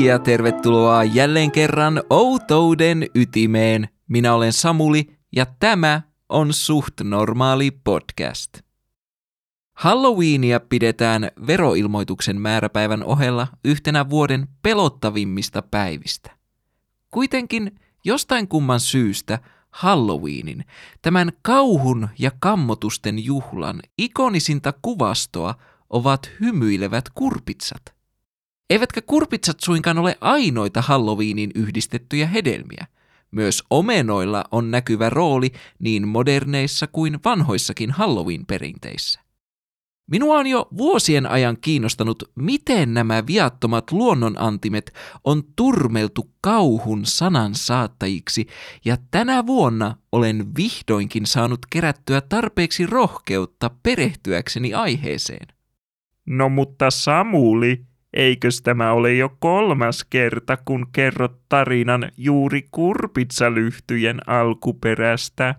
Ja tervetuloa jälleen kerran Outouden ytimeen. Minä olen Samuli ja tämä on Suht Normaali podcast. Halloweenia pidetään veroilmoituksen määräpäivän ohella yhtenä vuoden pelottavimmista päivistä. Kuitenkin jostain kumman syystä Halloweenin, tämän kauhun ja kammotusten juhlan ikonisinta kuvastoa ovat hymyilevät kurpitsat. Eivätkä kurpitsat suinkaan ole ainoita Halloweenin yhdistettyjä hedelmiä. Myös omenoilla on näkyvä rooli niin moderneissa kuin vanhoissakin Halloween-perinteissä. Minua on jo vuosien ajan kiinnostanut, miten nämä viattomat luonnonantimet on turmeltu kauhun sanan saattajiksi, ja tänä vuonna olen vihdoinkin saanut kerättyä tarpeeksi rohkeutta perehtyäkseni aiheeseen. No mutta Samuli, eikös tämä ole jo 3. kerta, kun kerrot tarinan juuri kurpitsalyhtyjen alkuperästä?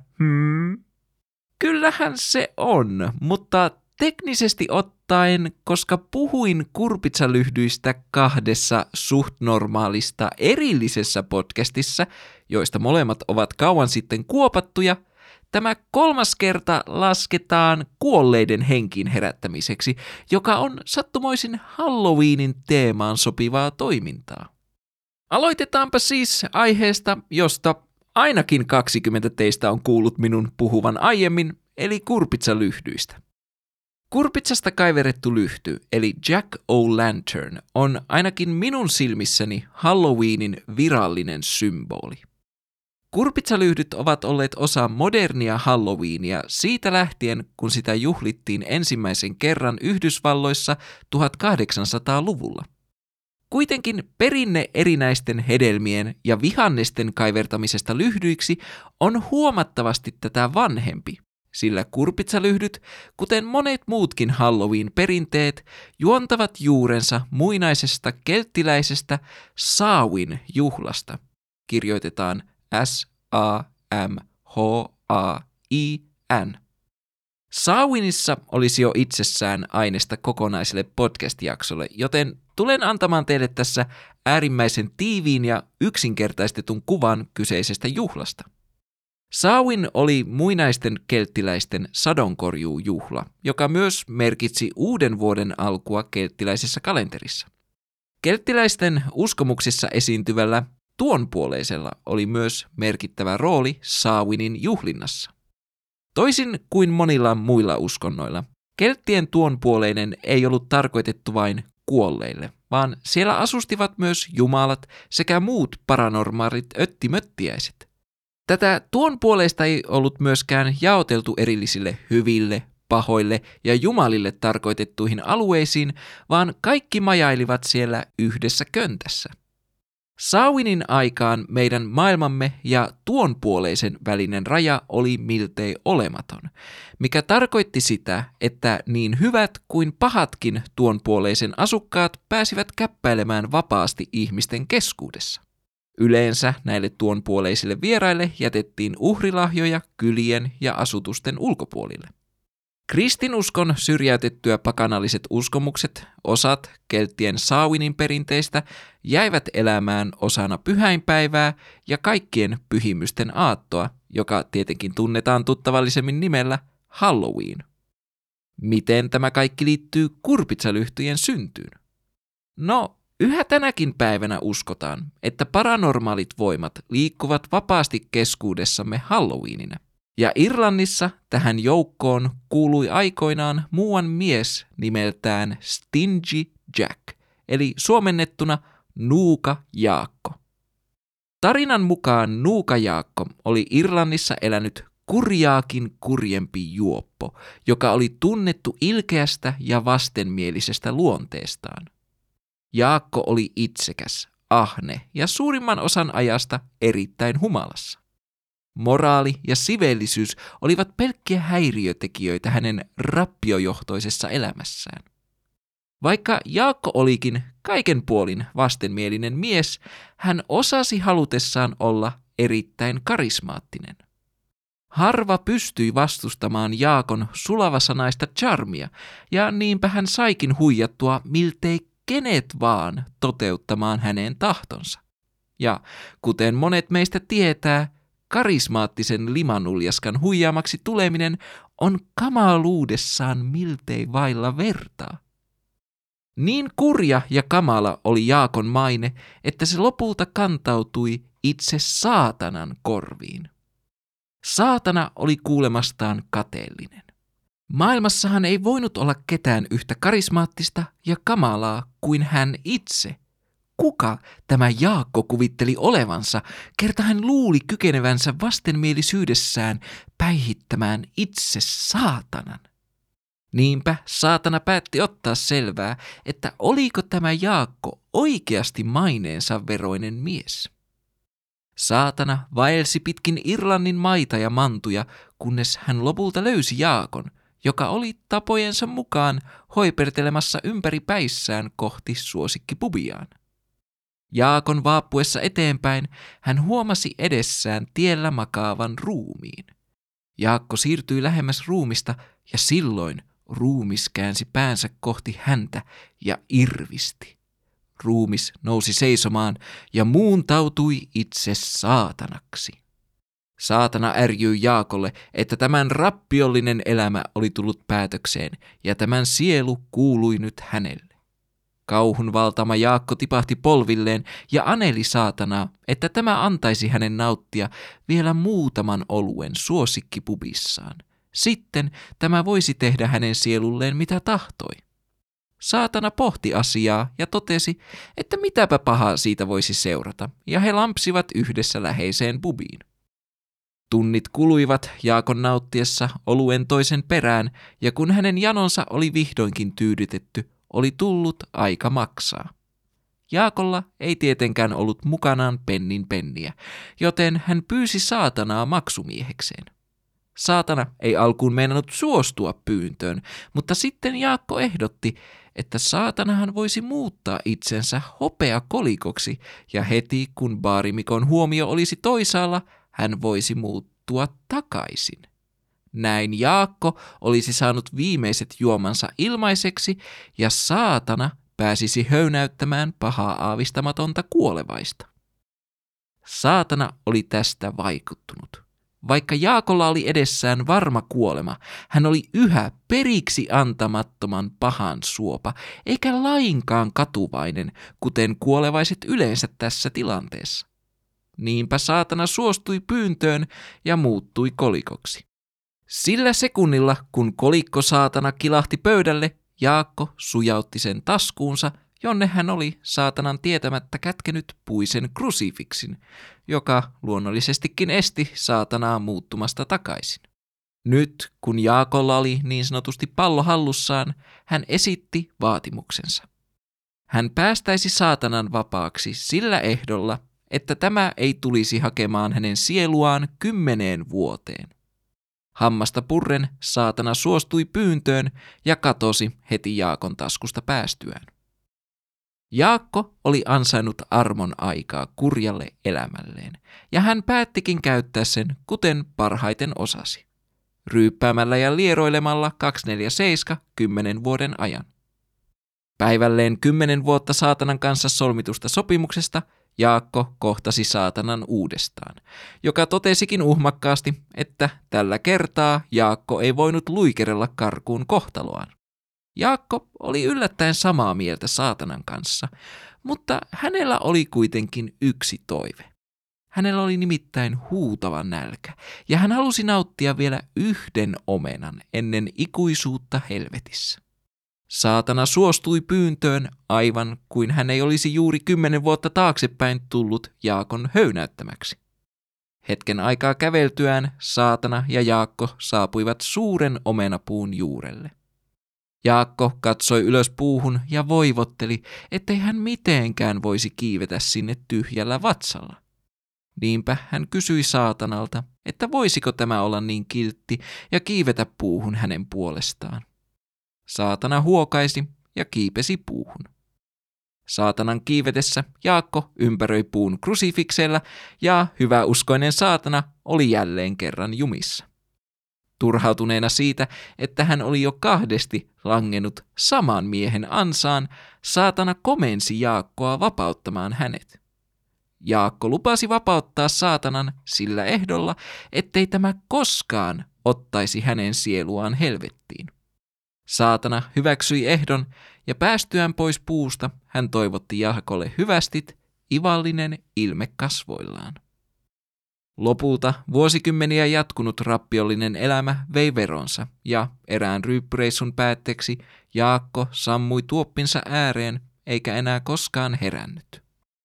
Kyllähän se on, mutta teknisesti ottaen, koska puhuin kurpitsalyhdyistä 2 suht normaalista erillisessä podcastissa, joista molemmat ovat kauan sitten kuopattuja, tämä 3. kerta lasketaan kuolleiden henkiin herättämiseksi, joka on sattumoisin Halloweenin teemaan sopivaa toimintaa. Aloitetaanpa siis aiheesta, josta ainakin 20 teistä on kuullut minun puhuvan aiemmin, eli kurpitsalyhdyistä. Kurpitsasta kaiverrettu lyhty, eli Jack-o'-lantern, on ainakin minun silmissäni Halloweenin virallinen symboli. Kurpitsalyhdyt ovat olleet osa modernia Halloweenia siitä lähtien, kun sitä juhlittiin ensimmäisen kerran Yhdysvalloissa 1800-luvulla. Kuitenkin perinne erinäisten hedelmien ja vihannesten kaivertamisesta lyhdyiksi on huomattavasti tätä vanhempi, sillä kurpitsalyhdyt, kuten monet muutkin Halloween-perinteet, juontavat juurensa muinaisesta kelttiläisestä Samhain-juhlasta. Kirjoitetaan S-A-M-H-A-I-N. Samhainissa olisi jo itsessään aineesta kokonaiselle podcast-jaksolle, joten tulen antamaan teille tässä äärimmäisen tiiviin ja yksinkertaistetun kuvan kyseisestä juhlasta. Samhain oli muinaisten kelttiläisten sadonkorjuujuhla, joka myös merkitsi uuden vuoden alkua kelttiläisessä kalenterissa. Kelttiläisten uskomuksissa esiintyvällä tuonpuoleisella oli myös merkittävä rooli Samhainin juhlinnassa. Toisin kuin monilla muilla uskonnoilla, kelttien tuonpuoleinen ei ollut tarkoitettu vain kuolleille, vaan siellä asustivat myös jumalat sekä muut paranormaalit öttimöttiäiset. Tätä tuonpuoleista ei ollut myöskään jaoteltu erillisille hyville, pahoille ja jumalille tarkoitettuihin alueisiin, vaan kaikki majailivat siellä yhdessä köntässä. Samhainin aikaan meidän maailmamme ja tuonpuoleisen välinen raja oli miltei olematon, mikä tarkoitti sitä, että niin hyvät kuin pahatkin tuonpuoleisen asukkaat pääsivät käppäilemään vapaasti ihmisten keskuudessa. Yleensä näille tuonpuoleisille vieraille jätettiin uhrilahjoja kylien ja asutusten ulkopuolille. Kristinuskon syrjäytettyä pakanalliset uskomukset, osat kelttien Samhainin perinteistä, jäivät elämään osana pyhäinpäivää ja kaikkien pyhimysten aattoa, joka tietenkin tunnetaan tuttavallisemmin nimellä Halloween. Miten tämä kaikki liittyy kurpitsalyhtyjen syntyyn? No, yhä tänäkin päivänä uskotaan, että paranormaalit voimat liikkuvat vapaasti keskuudessamme Halloweenina. Ja Irlannissa tähän joukkoon kuului aikoinaan muuan mies nimeltään Stingy Jack, eli suomennettuna Nuuka Jaakko. Tarinan mukaan Nuuka Jaakko oli Irlannissa elänyt kurjaakin kurjempi juoppo, joka oli tunnettu ilkeästä ja vastenmielisestä luonteestaan. Jaakko oli itsekäs, ahne ja suurimman osan ajasta erittäin humalassa. Moraali ja siveellisyys olivat pelkkiä häiriötekijöitä hänen rappiojohtoisessa elämässään. Vaikka Jaakko olikin kaiken puolin vastenmielinen mies, hän osasi halutessaan olla erittäin karismaattinen. Harva pystyi vastustamaan Jaakon sulavasanaista charmia, ja niinpä hän saikin huijattua miltei kenet vaan toteuttamaan hänen tahtonsa. Ja kuten monet meistä tietää, karismaattisen limanuljaskan huijaamaksi tuleminen on kamaluudessaan miltei vailla vertaa. Niin kurja ja kamala oli Jaakon maine, että se lopulta kantautui itse saatanan korviin. Saatana oli kuulemastaan kateellinen. Maailmassahan ei voinut olla ketään yhtä karismaattista ja kamalaa kuin hän itse. Kuka tämä Jaakko kuvitteli olevansa, kerta hän luuli kykenevänsä vastenmielisyydessään päihittämään itse saatanan? Niinpä saatana päätti ottaa selvää, että oliko tämä Jaakko oikeasti maineensa veroinen mies. Saatana vaelsi pitkin Irlannin maita ja mantuja, kunnes hän lopulta löysi Jaakon, joka oli tapojensa mukaan hoipertelemassa ympäri päissään kohti suosikkipubiaan. Jaakon vaappuessa eteenpäin hän huomasi edessään tiellä makaavan ruumiin. Jaakko siirtyi lähemmäs ruumista ja silloin ruumis käänsi päänsä kohti häntä ja irvisti. Ruumis nousi seisomaan ja muuntautui itse saatanaksi. Saatana ärjyi Jaakolle, että tämän rappiollinen elämä oli tullut päätökseen ja tämän sielu kuului nyt hänelle. Kauhun valtama Jaakko tipahti polvilleen ja aneli saatanaa, että tämä antaisi hänen nauttia vielä muutaman oluen suosikkipubissaan. Sitten tämä voisi tehdä hänen sielulleen mitä tahtoi. Saatana pohti asiaa ja totesi, että mitäpä pahaa siitä voisi seurata, ja he lampsivat yhdessä läheiseen pubiin. Tunnit kuluivat Jaakon nauttiessa oluen toisen perään, ja kun hänen janonsa oli vihdoinkin tyydytetty, oli tullut aika maksaa. Jaakolla ei tietenkään ollut mukanaan pennin penniä, joten hän pyysi saatanaa maksumiehekseen. Saatana ei alkuun meinannut suostua pyyntöön, mutta sitten Jaakko ehdotti, että saatanahan voisi muuttaa itsensä hopeakolikoksi, ja heti kun baarimikon huomio olisi toisaalla, hän voisi muuttua takaisin. Näin Jaakko olisi saanut viimeiset juomansa ilmaiseksi, ja saatana pääsisi höynäyttämään pahaa aavistamatonta kuolevaista. Saatana oli tästä vaikuttunut. Vaikka Jaakolla oli edessään varma kuolema, hän oli yhä periksi antamattoman pahan suopa, eikä lainkaan katuvainen, kuten kuolevaiset yleensä tässä tilanteessa. Niinpä saatana suostui pyyntöön ja muuttui kolikoksi. Sillä sekunnilla, kun kolikko saatana kilahti pöydälle, Jaakko sujautti sen taskuunsa, jonne hän oli saatanan tietämättä kätkenyt puisen krusifiksin, joka luonnollisestikin esti saatanaa muuttumasta takaisin. Nyt, kun Jaakolla oli niin sanotusti pallo hallussaan, hän esitti vaatimuksensa. Hän päästäisi saatanan vapaaksi sillä ehdolla, että tämä ei tulisi hakemaan hänen sieluaan 10 vuoteen. Hammasta purren saatana suostui pyyntöön ja katosi heti Jaakon taskusta päästyään. Jaakko oli ansainnut armon aikaa kurjalle elämälleen, ja hän päättikin käyttää sen kuten parhaiten osasi. Ryyppäämällä ja lieroilemalla 247 10 vuoden ajan. Päivälleen 10 vuotta saatanan kanssa solmitusta sopimuksesta Jaakko kohtasi saatanan uudestaan, joka totesikin uhmakkaasti, että tällä kertaa Jaakko ei voinut luikerella karkuun kohtaloaan. Jaakko oli yllättäen samaa mieltä saatanan kanssa, mutta hänellä oli kuitenkin yksi toive. Hänellä oli nimittäin huutava nälkä, ja hän halusi nauttia vielä yhden omenan ennen ikuisuutta helvetissä. Saatana suostui pyyntöön aivan kuin hän ei olisi juuri 10 vuotta taaksepäin tullut Jaakon höynäyttämäksi. Hetken aikaa käveltyään saatana ja Jaakko saapuivat suuren omenapuun juurelle. Jaakko katsoi ylös puuhun ja voivotteli, ettei hän mitenkään voisi kiivetä sinne tyhjällä vatsalla. Niinpä hän kysyi saatanalta, että voisiko tämä olla niin kiltti ja kiivetä puuhun hänen puolestaan. Saatana huokaisi ja kiipesi puuhun. Saatanan kiivetessä Jaakko ympäröi puun krusifikseillä ja hyväuskoinen saatana oli jälleen kerran jumissa. Turhautuneena siitä, että hän oli jo 2 langennut saman miehen ansaan, saatana komensi Jaakkoa vapauttamaan hänet. Jaakko lupasi vapauttaa saatanan sillä ehdolla, ettei tämä koskaan ottaisi hänen sieluaan helvettiin. Saatana hyväksyi ehdon ja päästyään pois puusta hän toivotti Jaakolle hyvästit, ivallinen ilme kasvoillaan. Lopulta vuosikymmeniä jatkunut rappiollinen elämä vei veronsa ja erään ryyppyreissun päätteeksi Jaakko sammui tuoppinsa ääreen eikä enää koskaan herännyt.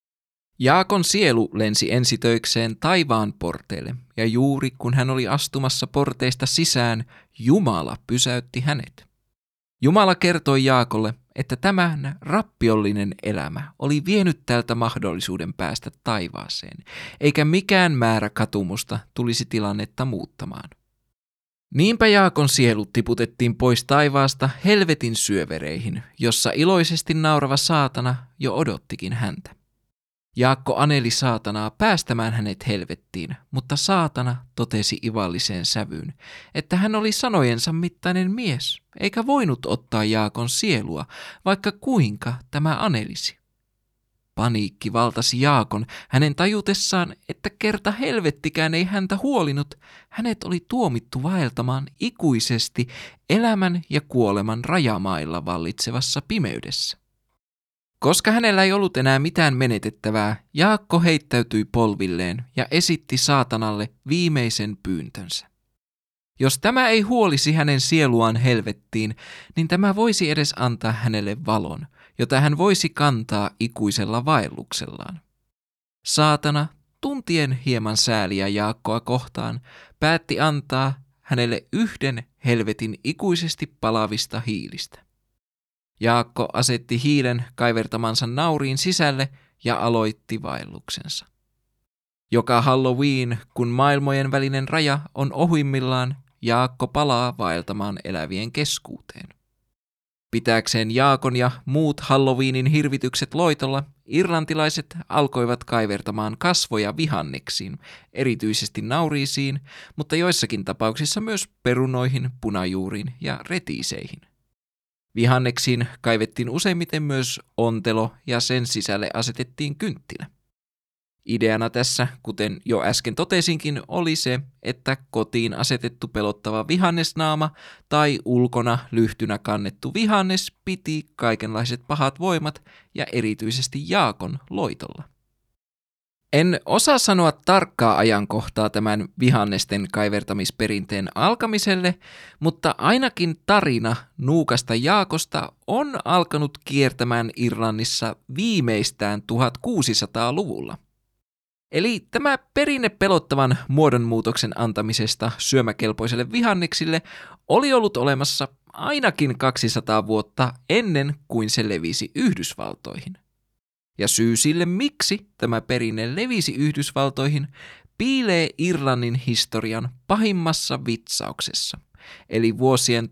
Jaakon sielu lensi ensitöikseen taivaan porteille ja juuri kun hän oli astumassa porteista sisään, Jumala pysäytti hänet. Jumala kertoi Jaakolle, että tämän rappiollinen elämä oli vienyt tältä mahdollisuuden päästä taivaaseen, eikä mikään määrä katumusta tulisi tilannetta muuttamaan. Niinpä Jaakon sielu tiputettiin pois taivaasta helvetin syövereihin, jossa iloisesti naurava saatana jo odottikin häntä. Jaakko aneli saatanaa päästämään hänet helvettiin, mutta saatana totesi ivalliseen sävyyn, että hän oli sanojensa mittainen mies, eikä voinut ottaa Jaakon sielua, vaikka kuinka tämä anelisi. Paniikki valtasi Jaakon hänen tajutessaan, että kerta helvettikään ei häntä huolinut, hänet oli tuomittu vaeltamaan ikuisesti elämän ja kuoleman rajamailla vallitsevassa pimeydessä. Koska hänellä ei ollut enää mitään menetettävää, Jaakko heittäytyi polvilleen ja esitti saatanalle viimeisen pyyntönsä. Jos tämä ei huolisi hänen sieluaan helvettiin, niin tämä voisi edes antaa hänelle valon, jota hän voisi kantaa ikuisella vaelluksellaan. Saatana, tuntien hieman sääliä Jaakkoa kohtaan, päätti antaa hänelle 1 helvetin ikuisesti palavista hiilistä. Jaakko asetti hiilen kaivertamansa nauriin sisälle ja aloitti vaelluksensa. Joka Halloween, kun maailmojen välinen raja on ohimmillaan, Jaakko palaa vaeltamaan elävien keskuuteen. Pitääkseen Jaakon ja muut Halloweenin hirvitykset loitolla, irlantilaiset alkoivat kaivertamaan kasvoja vihanneksiin, erityisesti nauriisiin, mutta joissakin tapauksissa myös perunoihin, punajuuriin ja retiiseihin. Vihanneksiin kaivettiin useimmiten myös ontelo ja sen sisälle asetettiin kynttilä. Ideana tässä, kuten jo äsken totesinkin, oli se, että kotiin asetettu pelottava vihannesnaama tai ulkona lyhtynä kannettu vihannes piti kaikenlaiset pahat voimat ja erityisesti Jaakon loitolla. En osaa sanoa tarkkaa ajankohtaa tämän vihannesten kaivertamisperinteen alkamiselle, mutta ainakin tarina nuukasta Jaakosta on alkanut kiertämään Irlannissa viimeistään 1600-luvulla. Eli tämä perinne pelottavan muodonmuutoksen antamisesta syömäkelpoiselle vihanneksille oli ollut olemassa ainakin 200 vuotta ennen kuin se levisi Yhdysvaltoihin. Ja syy sille, miksi tämä perinne levisi Yhdysvaltoihin, piilee Irlannin historian pahimmassa vitsauksessa, eli vuosien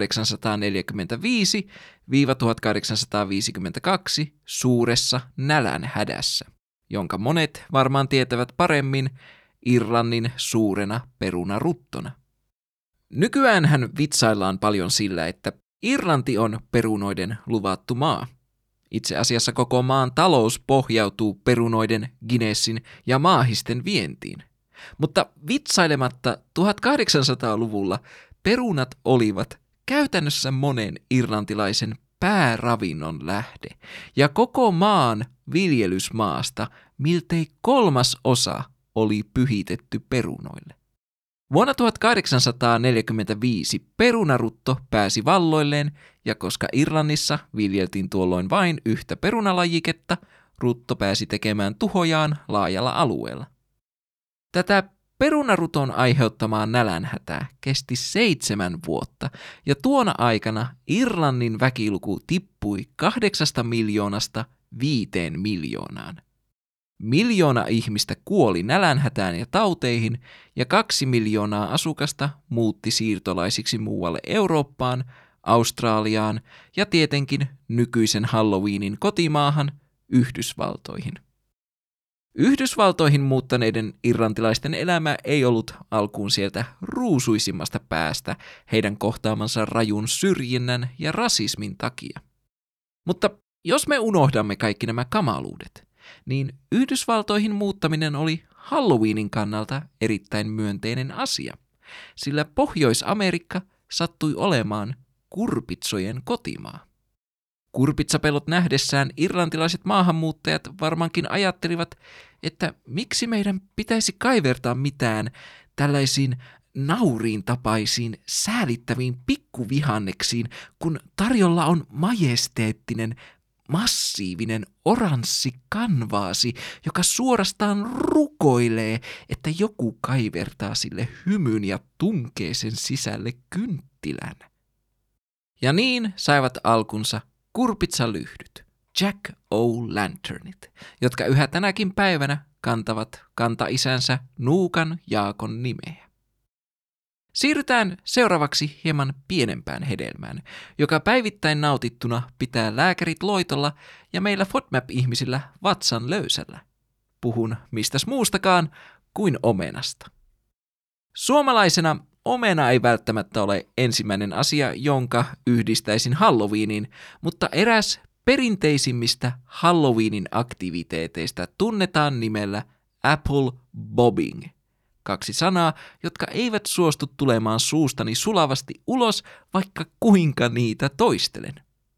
1845–1852 suuressa nälänhädässä, jonka monet varmaan tietävät paremmin Irlannin suurena perunaruttona. Nykyäänhän vitsaillaan paljon sillä, että Irlanti on perunoiden luvattu maa. Itse asiassa koko maan talous pohjautuu perunoiden, Guinnessin ja maahisten vientiin. Mutta vitsailematta 1800-luvulla perunat olivat käytännössä monen irlantilaisen pääravinnon lähde, ja koko maan viljelysmaasta miltei 1/3 oli pyhitetty perunoille. Vuonna 1845 perunarutto pääsi valloilleen, ja koska Irlannissa viljeltiin tuolloin vain yhtä perunalajiketta, rutto pääsi tekemään tuhojaan laajalla alueella. Tätä perunaruton aiheuttamaa nälänhätää kesti 7 vuotta, ja tuona aikana Irlannin väkiluku tippui 8 miljoonasta 5 miljoonaan. 1 miljoona ihmistä kuoli nälänhätään ja tauteihin, ja 2 miljoonaa asukasta muutti siirtolaisiksi muualle Eurooppaan, Australiaan ja tietenkin nykyisen Halloweenin kotimaahan, Yhdysvaltoihin. Yhdysvaltoihin muuttaneiden irlantilaisten elämä ei ollut alkuun sieltä ruusuisimmasta päästä heidän kohtaamansa rajun syrjinnän ja rasismin takia. Mutta jos me unohdamme kaikki nämä kamaluudet, niin Yhdysvaltoihin muuttaminen oli Halloweenin kannalta erittäin myönteinen asia, sillä Pohjois-Amerikka sattui olemaan kurpitsojen kotimaa. Kurpitsapelot nähdessään irlantilaiset maahanmuuttajat varmaankin ajattelivat, että miksi meidän pitäisi kaivertaa mitään tällaisiin nauriin tapaisiin säälittäviin pikkuvihanneksiin, kun tarjolla on majesteettinen, massiivinen oranssi kanvaasi, joka suorastaan rukoilee, että joku kaivertaa sille hymyn ja tunkee sen sisälle kynttilän. Ja niin saivat alkunsa kurpitsalyhdyt, Jack-o'-lanternit, jotka yhä tänäkin päivänä kantavat kantaisänsä Nuukan Jaakon nimeä. Siirrytään seuraavaksi hieman pienempään hedelmään, joka päivittäin nautittuna pitää lääkärit loitolla ja meillä FODMAP-ihmisillä vatsan löysällä. Puhun mistäs muustakaan kuin omenasta. Suomalaisena omena ei välttämättä ole ensimmäinen asia, jonka yhdistäisin Halloweeniin, mutta eräs perinteisimmistä Halloweenin aktiviteeteista tunnetaan nimellä apple bobbing. 2 sanaa, jotka eivät suostu tulemaan suustani sulavasti ulos, vaikka kuinka niitä toistelen.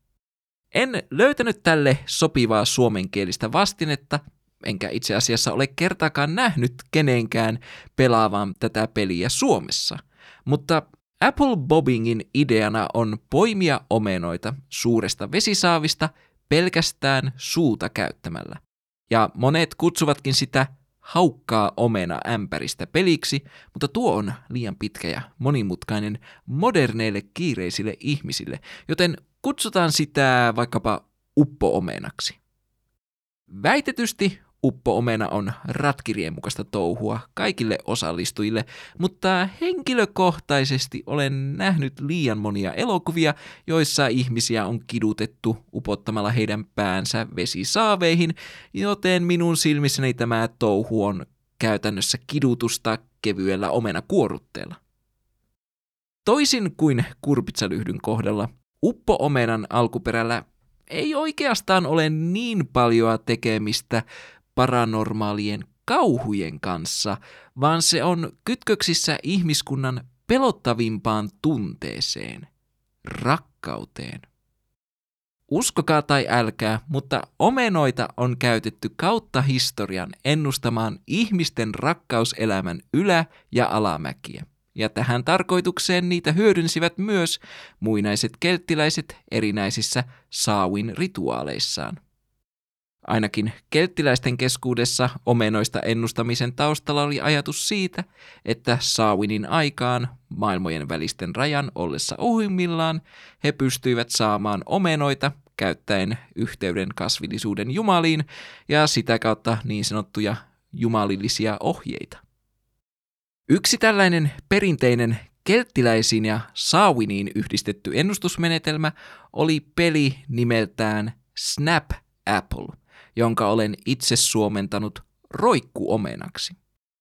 En löytänyt tälle sopivaa suomenkielistä vastinetta, enkä itse asiassa ole kertaakaan nähnyt kenenkään pelaavan tätä peliä Suomessa. Mutta apple bobbingin ideana on poimia omenoita suuresta vesisaavista pelkästään suuta käyttämällä. Ja monet kutsuvatkin sitä haukkaa omena ämpäristä peliksi, mutta tuo on liian pitkä ja monimutkainen moderneille kiireisille ihmisille, joten kutsutaan sitä vaikkapa uppo-omenaksi. Väitetysti uppo-omena on ratkirien mukaista touhua kaikille osallistujille, mutta henkilökohtaisesti olen nähnyt liian monia elokuvia, joissa ihmisiä on kidutettu upottamalla heidän päänsä vesisaaveihin, joten minun silmissäni tämä touhu on käytännössä kidutusta kevyellä omenakuorutteella. Toisin kuin kurpitsalyhdyn kohdalla, uppo-omenan alkuperällä ei oikeastaan ole niin paljoa tekemistä paranormaalien kauhujen kanssa, vaan se on kytköksissä ihmiskunnan pelottavimpaan tunteeseen, rakkauteen. Uskokaa tai älkää, mutta omenoita on käytetty kautta historian ennustamaan ihmisten rakkauselämän ylä- ja alamäkiä. Ja tähän tarkoitukseen niitä hyödynsivät myös muinaiset kelttiläiset erinäisissä Samhain-rituaaleissaan. Ainakin kelttiläisten keskuudessa omenoista ennustamisen taustalla oli ajatus siitä, että Samhainin aikaan maailmojen välisten rajan ollessa ohimmillaan he pystyivät saamaan omenoita käyttäen yhteyden kasvillisuuden jumaliin ja sitä kautta niin sanottuja jumalillisia ohjeita. Yksi tällainen perinteinen kelttiläisiin ja Samhainiin yhdistetty ennustusmenetelmä oli peli nimeltään Snap Apple, jonka olen itse suomentanut roikkuomenaksi.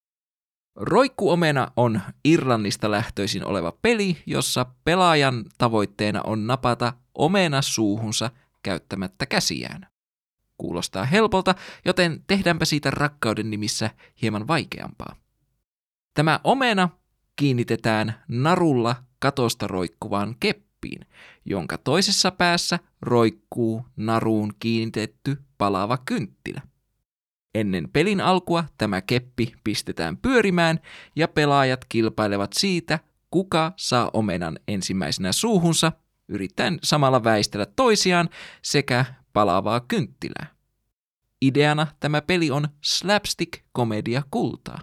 Roikkuomena on Irlannista lähtöisin oleva peli, jossa pelaajan tavoitteena on napata omena suuhunsa käyttämättä käsiään. Kuulostaa helpolta, joten tehdäänpä siitä rakkauden nimissä hieman vaikeampaa. Tämä omena kiinnitetään narulla katosta roikkuvaan keppiin, jonka toisessa päässä roikkuu naruun kiinnitetty palava kynttilä. Ennen pelin alkua tämä keppi pistetään pyörimään ja pelaajat kilpailevat siitä, kuka saa omenan ensimmäisenä suuhunsa, yrittäen samalla väistellä toisiaan sekä palavaa kynttilää. Ideana tämä peli on slapstick-komedia kultaa.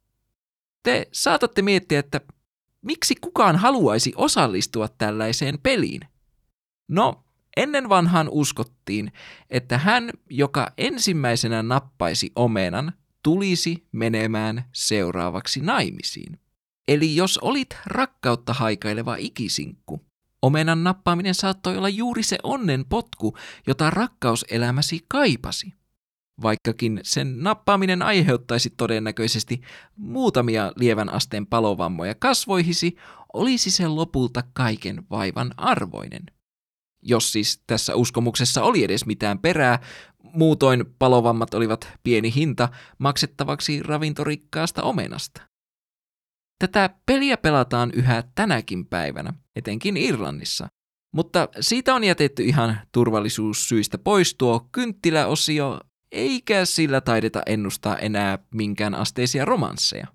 Te saatatte miettiä, että miksi kukaan haluaisi osallistua tällaiseen peliin? No, ennen vanhaan uskottiin, että hän, joka ensimmäisenä nappaisi omenan, tulisi menemään seuraavaksi naimisiin. Eli jos olit rakkautta haikaileva ikisinkku, omenan nappaaminen saattoi olla juuri se onnenpotku, jota rakkauselämäsi kaipasi. Vaikkakin sen nappaaminen aiheuttaisi todennäköisesti muutamia lievän asteen palovammoja kasvoihisi, olisi se lopulta kaiken vaivan arvoinen. Jos siis tässä uskomuksessa oli edes mitään perää, muutoin palovammat olivat pieni hinta maksettavaksi ravintorikkaasta omenasta. Tätä peliä pelataan yhä tänäkin päivänä, etenkin Irlannissa, mutta siitä on jätetty ihan turvallisuussyistä pois tuo kynttiläosio, eikä sillä taideta ennustaa enää minkään asteisia romansseja.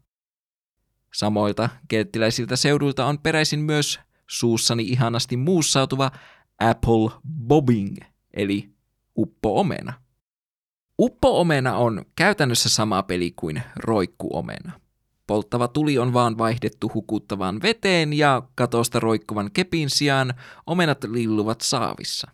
Samoilta kelttiläisiltä seuduilta on peräisin myös suussani ihanasti muussautuva apple bobbing, eli uppo-omena. Uppo-omena on käytännössä sama peli kuin roikkuomena. Polttava tuli on vaan vaihdettu hukuttavaan veteen ja katosta roikkuvan kepin sijaan omenat lilluvat saavissa.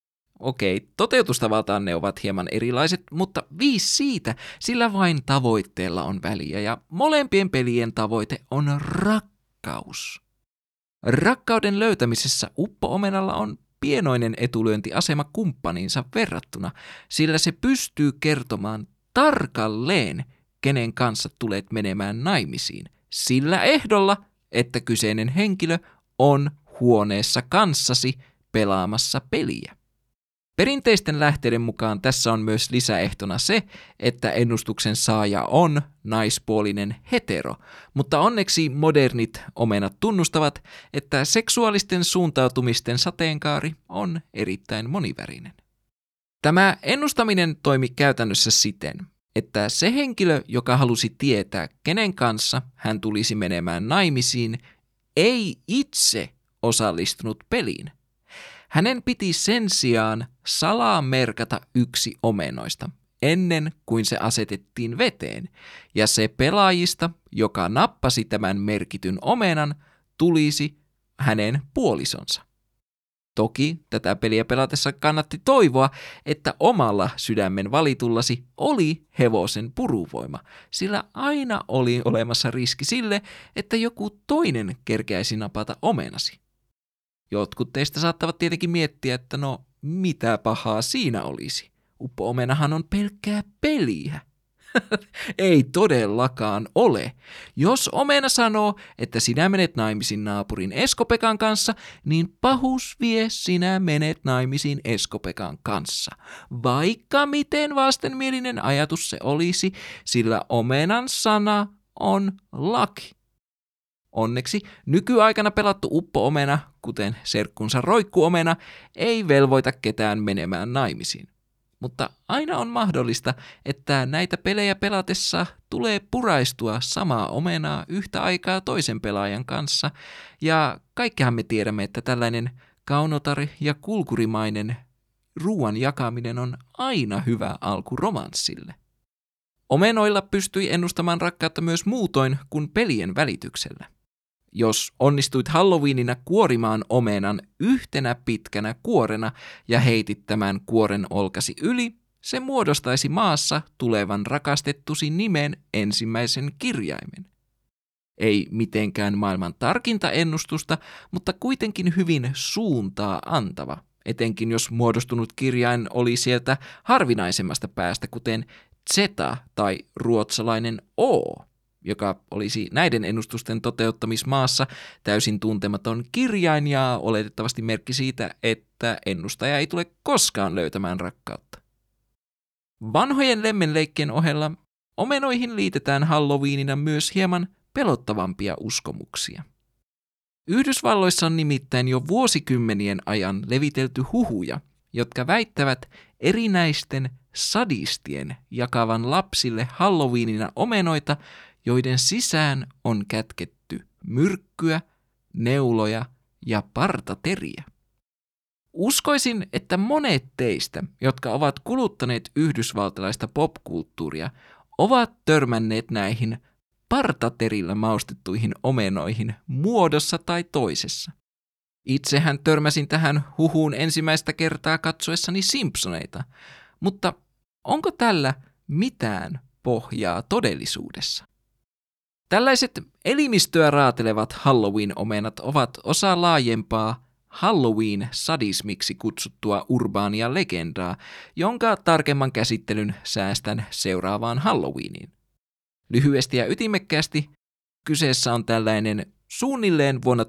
Okei, toteutustavaltaan ne ovat hieman erilaiset, mutta viis siitä, sillä vain tavoitteella on väliä ja molempien pelien tavoite on rakkaus. Rakkauden löytämisessä uppo-omenalla on pienoinen etulyöntiasema kumppaniinsa verrattuna, sillä se pystyy kertomaan tarkalleen, kenen kanssa tulet menemään naimisiin, sillä ehdolla, että kyseinen henkilö on huoneessa kanssasi pelaamassa peliä. Perinteisten lähteiden mukaan tässä on myös lisäehtona se, että ennustuksen saaja on naispuolinen hetero, mutta onneksi modernit omenat tunnustavat, että seksuaalisten suuntautumisten sateenkaari on erittäin monivärinen. Tämä ennustaminen toimi käytännössä siten, että se henkilö, joka halusi tietää, kenen kanssa hän tulisi menemään naimisiin, ei itse osallistunut peliin. Hänen piti sen sijaan salaa merkata yksi omenoista ennen kuin se asetettiin veteen, ja se pelaajista, joka nappasi tämän merkityn omenan, tulisi hänen puolisonsa. Toki tätä peliä pelatessa kannatti toivoa, että omalla sydämen valitullasi oli hevosen puruvoima, sillä aina oli olemassa riski sille, että joku toinen kerkeäisi napata omenasi. Jotkut teistä saattavat tietenkin miettiä, että no mitä pahaa siinä olisi. Uppo-omenahan on pelkkää peliä. Ei todellakaan ole. Jos omena sanoo, että sinä menet naimisiin naapurin Eskopekan kanssa, niin pahus vie sinä menet naimisiin Eskopekan kanssa. Vaikka miten vastenmielinen ajatus se olisi, sillä omenan sana on laki. Onneksi nykyaikana pelattu uppo-omena, kuten serkkunsa roikkuomena, ei velvoita ketään menemään naimisiin. Mutta aina on mahdollista, että näitä pelejä pelatessa tulee puraistua samaa omenaa yhtä aikaa toisen pelaajan kanssa, ja kaikkihan me tiedämme, että tällainen kaunotari ja kulkurimainen ruoan jakaminen on aina hyvä alku romanssille. Omenoilla pystyi ennustamaan rakkautta myös muutoin kuin pelien välityksellä. Jos onnistuit Halloweenina kuorimaan omenan yhtenä pitkänä kuorena ja heitit tämän kuoren olkasi yli, se muodostaisi maassa tulevan rakastettusi nimen ensimmäisen kirjaimen. Ei mitenkään maailman tarkinta ennustusta, mutta kuitenkin hyvin suuntaa antava, etenkin jos muodostunut kirjain oli sieltä harvinaisemmasta päästä, kuten Z tai ruotsalainen O, joka olisi näiden ennustusten toteuttamismaassa täysin tuntematon kirjain ja oletettavasti merkki siitä, että ennustaja ei tule koskaan löytämään rakkautta. Vanhojen lemmenleikkien ohella omenoihin liitetään Halloweenina myös hieman pelottavampia uskomuksia. Yhdysvalloissa on nimittäin jo vuosikymmenien ajan levitelty huhuja, jotka väittävät erinäisten sadistien jakavan lapsille Halloweenina omenoita, joiden sisään on kätketty myrkkyä, neuloja ja partateriä. Uskoisin, että monet teistä, jotka ovat kuluttaneet yhdysvaltalaista popkulttuuria, ovat törmänneet näihin partaterillä maustettuihin omenoihin muodossa tai toisessa. Itsehän törmäsin tähän huhuun ensimmäistä kertaa katsoessani Simpsoneita, mutta onko tällä mitään pohjaa todellisuudessa? Tällaiset elimistöä raatelevat Halloween-omenat ovat osa laajempaa Halloween-sadismiksi kutsuttua urbaania legendaa, jonka tarkemman käsittelyn säästän seuraavaan Halloweeniin. Lyhyesti ja ytimekkäästi kyseessä on tällainen suunnilleen vuonna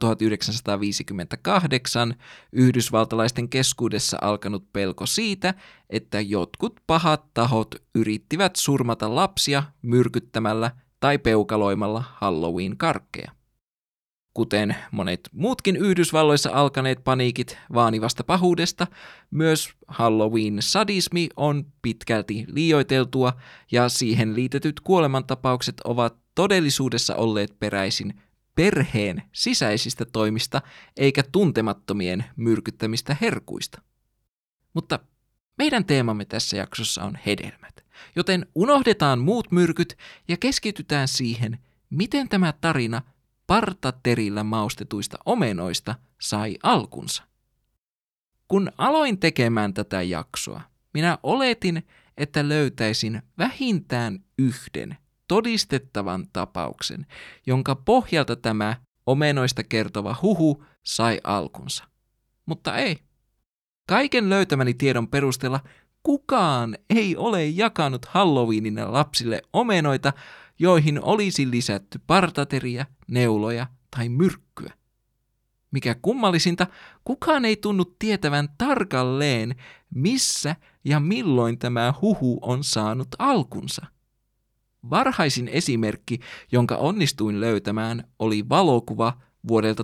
1958 yhdysvaltalaisten keskuudessa alkanut pelko siitä, että jotkut pahat tahot yrittivät surmata lapsia myrkyttämällä tai peukaloimalla Halloween-karkkeja. Kuten monet muutkin Yhdysvalloissa alkaneet paniikit vaanivasta pahuudesta, myös Halloween-sadismi on pitkälti liioiteltua ja siihen liitetyt kuolemantapaukset ovat todellisuudessa olleet peräisin perheen sisäisistä toimista eikä tuntemattomien myrkyttämistä herkuista. Mutta meidän teemamme tässä jaksossa on hedelmät, joten unohdetaan muut myrkyt ja keskitytään siihen, miten tämä tarina partaterillä maustetuista omenoista sai alkunsa. Kun aloin tekemään tätä jaksoa, minä oletin, että löytäisin vähintään yhden todistettavan tapauksen, jonka pohjalta tämä omenoista kertova huhu sai alkunsa. Mutta ei. Kaiken löytämäni tiedon perusteella kukaan ei ole jakanut Halloweenina lapsille omenoita, joihin olisi lisätty partateriä, neuloja tai myrkkyä. Mikä kummallisinta, kukaan ei tunnu tietävän tarkalleen, missä ja milloin tämä huhu on saanut alkunsa. Varhaisin esimerkki, jonka onnistuin löytämään, oli valokuva vuodelta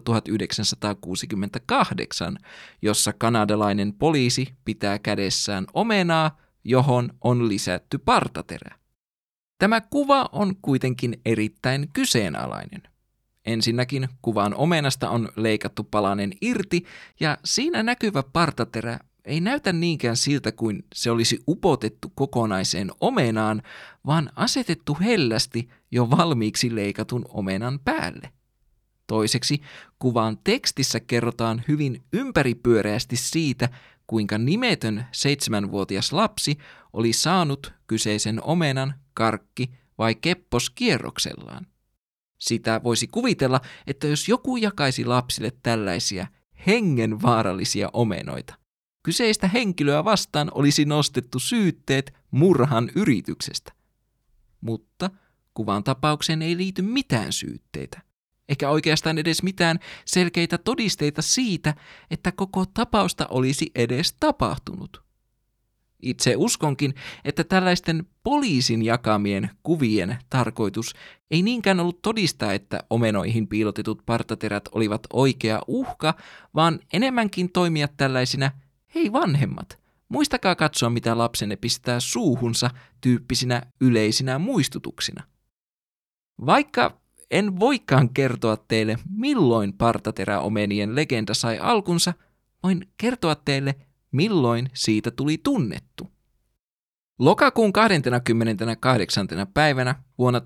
1968, jossa kanadalainen poliisi pitää kädessään omenaa, johon on lisätty partaterä. Tämä kuva on kuitenkin erittäin kyseenalainen. Ensinnäkin kuvan omenasta on leikattu palanen irti ja siinä näkyvä partaterä ei näytä niinkään siltä kuin se olisi upotettu kokonaiseen omenaan, vaan asetettu hellästi jo valmiiksi leikatun omenan päälle. Toiseksi kuvan tekstissä kerrotaan hyvin ympäripyöreästi siitä, kuinka nimetön 7-vuotias lapsi oli saanut kyseisen omenan karkki- vai kepposkierroksellaan. Sitä voisi kuvitella, että jos joku jakaisi lapsille tällaisia hengenvaarallisia omenoita, kyseistä henkilöä vastaan olisi nostettu syytteet murhan yrityksestä. Mutta kuvan tapaukseen ei liity mitään syytteitä, eikä oikeastaan edes mitään selkeitä todisteita siitä, että koko tapausta olisi edes tapahtunut. Itse uskonkin, että tällaisten poliisin jakamien kuvien tarkoitus ei niinkään ollut todistaa, että omenoihin piilotetut partaterät olivat oikea uhka, vaan enemmänkin toimia tällaisina hei vanhemmat, muistakaa katsoa mitä lapsenne pistää suuhunsa tyyppisinä yleisinä muistutuksina. Vaikka en voikaan kertoa teille, milloin partateräomenien legenda sai alkunsa, voin kertoa teille, milloin siitä tuli tunnettu. Lokakuun 28. päivänä vuonna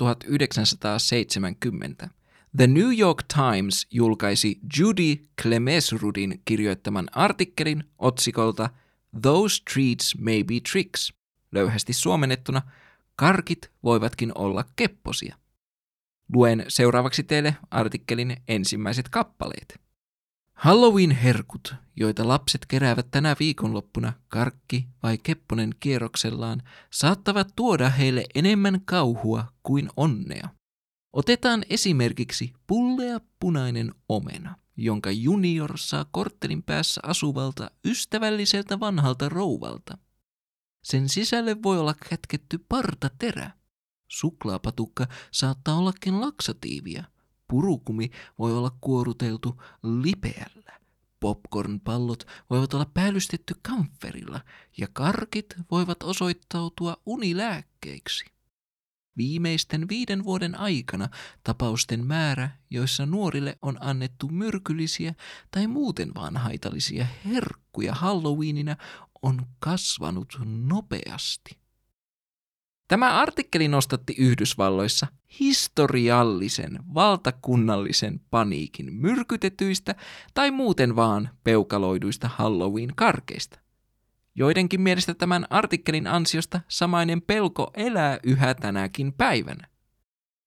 1970 The New York Times julkaisi Judy Klemesrudin kirjoittaman artikkelin otsikolta Those Treats May Be Tricks, löyhästi suomennettuna karkit voivatkin olla kepposia. Luen seuraavaksi teille artikkelin ensimmäiset kappaleet. Halloween-herkut, joita lapset keräävät tänä viikonloppuna karkki- vai kepponen kierroksellaan, saattavat tuoda heille enemmän kauhua kuin onnea. Otetaan esimerkiksi pullea punainen omena, jonka junior saa korttelin päässä asuvalta ystävälliseltä vanhalta rouvalta. Sen sisälle voi olla kätketty partaterä. Suklaapatukka saattaa ollakin laksatiivia. Purukumi voi olla kuoruteltu lipeällä. Popcornpallot voivat olla päällystetty kamferilla ja karkit voivat osoittautua unilääkkeiksi. Viimeisten 5 vuoden aikana tapausten määrä, joissa nuorille on annettu myrkyllisiä tai muuten vaan haitallisia herkkuja Halloweenina, on kasvanut nopeasti. Tämä artikkeli nostatti Yhdysvalloissa historiallisen valtakunnallisen paniikin myrkytetyistä tai muuten vaan peukaloiduista Halloween-karkeista. Joidenkin mielestä tämän artikkelin ansiosta samainen pelko elää yhä tänäkin päivänä.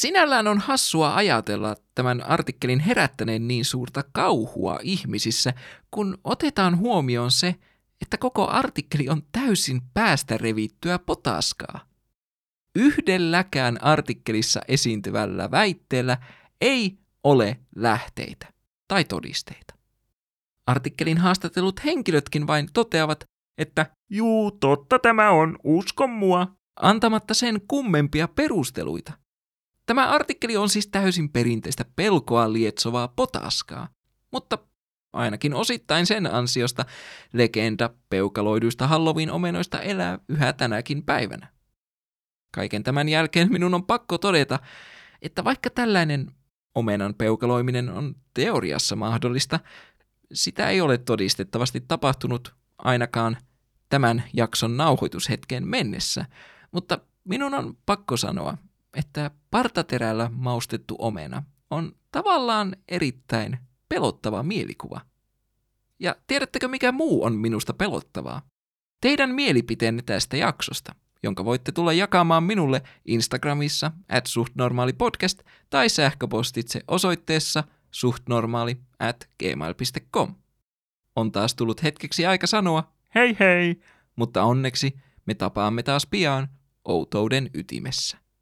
Sinällään on hassua ajatella tämän artikkelin herättäneen niin suurta kauhua ihmisissä, kun otetaan huomioon se, että koko artikkeli on täysin päästä revittyä potaskaa. Yhdelläkään artikkelissa esiintyvällä väitteellä ei ole lähteitä tai todisteita. Artikkelin haastatellut henkilötkin vain toteavat, että Juu, totta tämä on, usko mua. antamatta sen kummempia perusteluita. Tämä artikkeli on siis täysin perinteistä pelkoa lietsovaa potaskaa, mutta ainakin osittain sen ansiosta legenda peukaloiduista Halloween-omenoista elää yhä tänäkin päivänä. Kaiken tämän jälkeen minun on pakko todeta, että vaikka tällainen omenan peukaloiminen on teoriassa mahdollista, sitä ei ole todistettavasti tapahtunut ainakaan tämän jakson nauhoitushetkeen mennessä, mutta minun on pakko sanoa, että partaterällä maustettu omena on tavallaan erittäin pelottava mielikuva. Ja tiedättekö mikä muu on minusta pelottavaa? Teidän mielipiteenne tästä jaksosta, jonka voitte tulla jakamaan minulle Instagramissa @suhtnormaalipodcast tai sähköpostitse osoitteessa suhtnormaali@gmail.com. On taas tullut hetkeksi aika sanoa Hei hei! mutta onneksi me tapaamme taas pian outouden ytimessä.